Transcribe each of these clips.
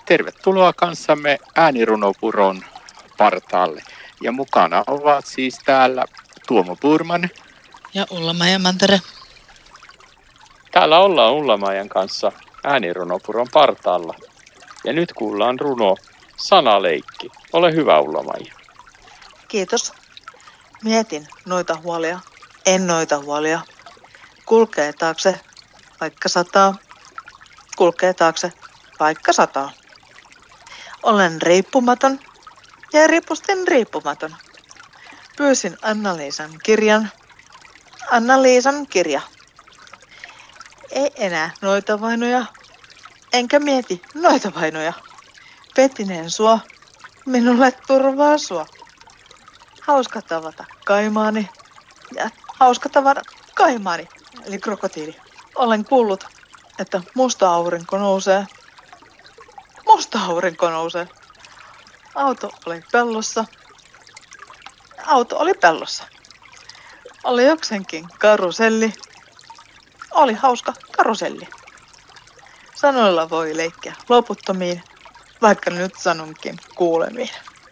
Tervetuloa kanssamme äänirunopuron partaalle. Ja mukana ovat siis täällä Tuomo Purman ja Ulla-Maija Mantere. Täällä ollaan Ulla-Maijan kanssa äänirunopuron partaalla. Ja nyt kuullaan runo Sanaleikki. Ole hyvä, Ulla-Maija. Kiitos. Mietin noita huolia, en noita huolia. Kulkee taakse, vaikka sataa. Kulkee taakse, vaikka sataa. Olen riippumaton ja ripustin riippumaton. Pyysin Anna-Liisan kirjan. Anna-Liisan kirja. Ei enää noita vainoja, enkä mieti noita vainoja. Petineen sua, minulle turvaa sua. Hauska tavata kaimaani ja hauska tavata kaimaani, eli krokotiili. Olen kuullut, että musta aurinko nousee. Musta aurinko nousee. Auto oli pellossa. Auto oli pellossa. Oli jokseenkin karuselli. Oli hauska karuselli. Sanoilla voi leikkiä loputtomiin, vaikka nyt sanonkin kuulemiin.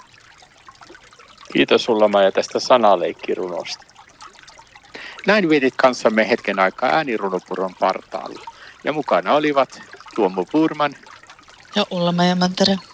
Kiitos Ulla-Maija tästä sanaleikkirunosta. Näin vietit kanssamme hetken aikaa äänirunopuron partaalla. Ja mukana olivat Tuomo Purman ja Ulla-Maija Mantere.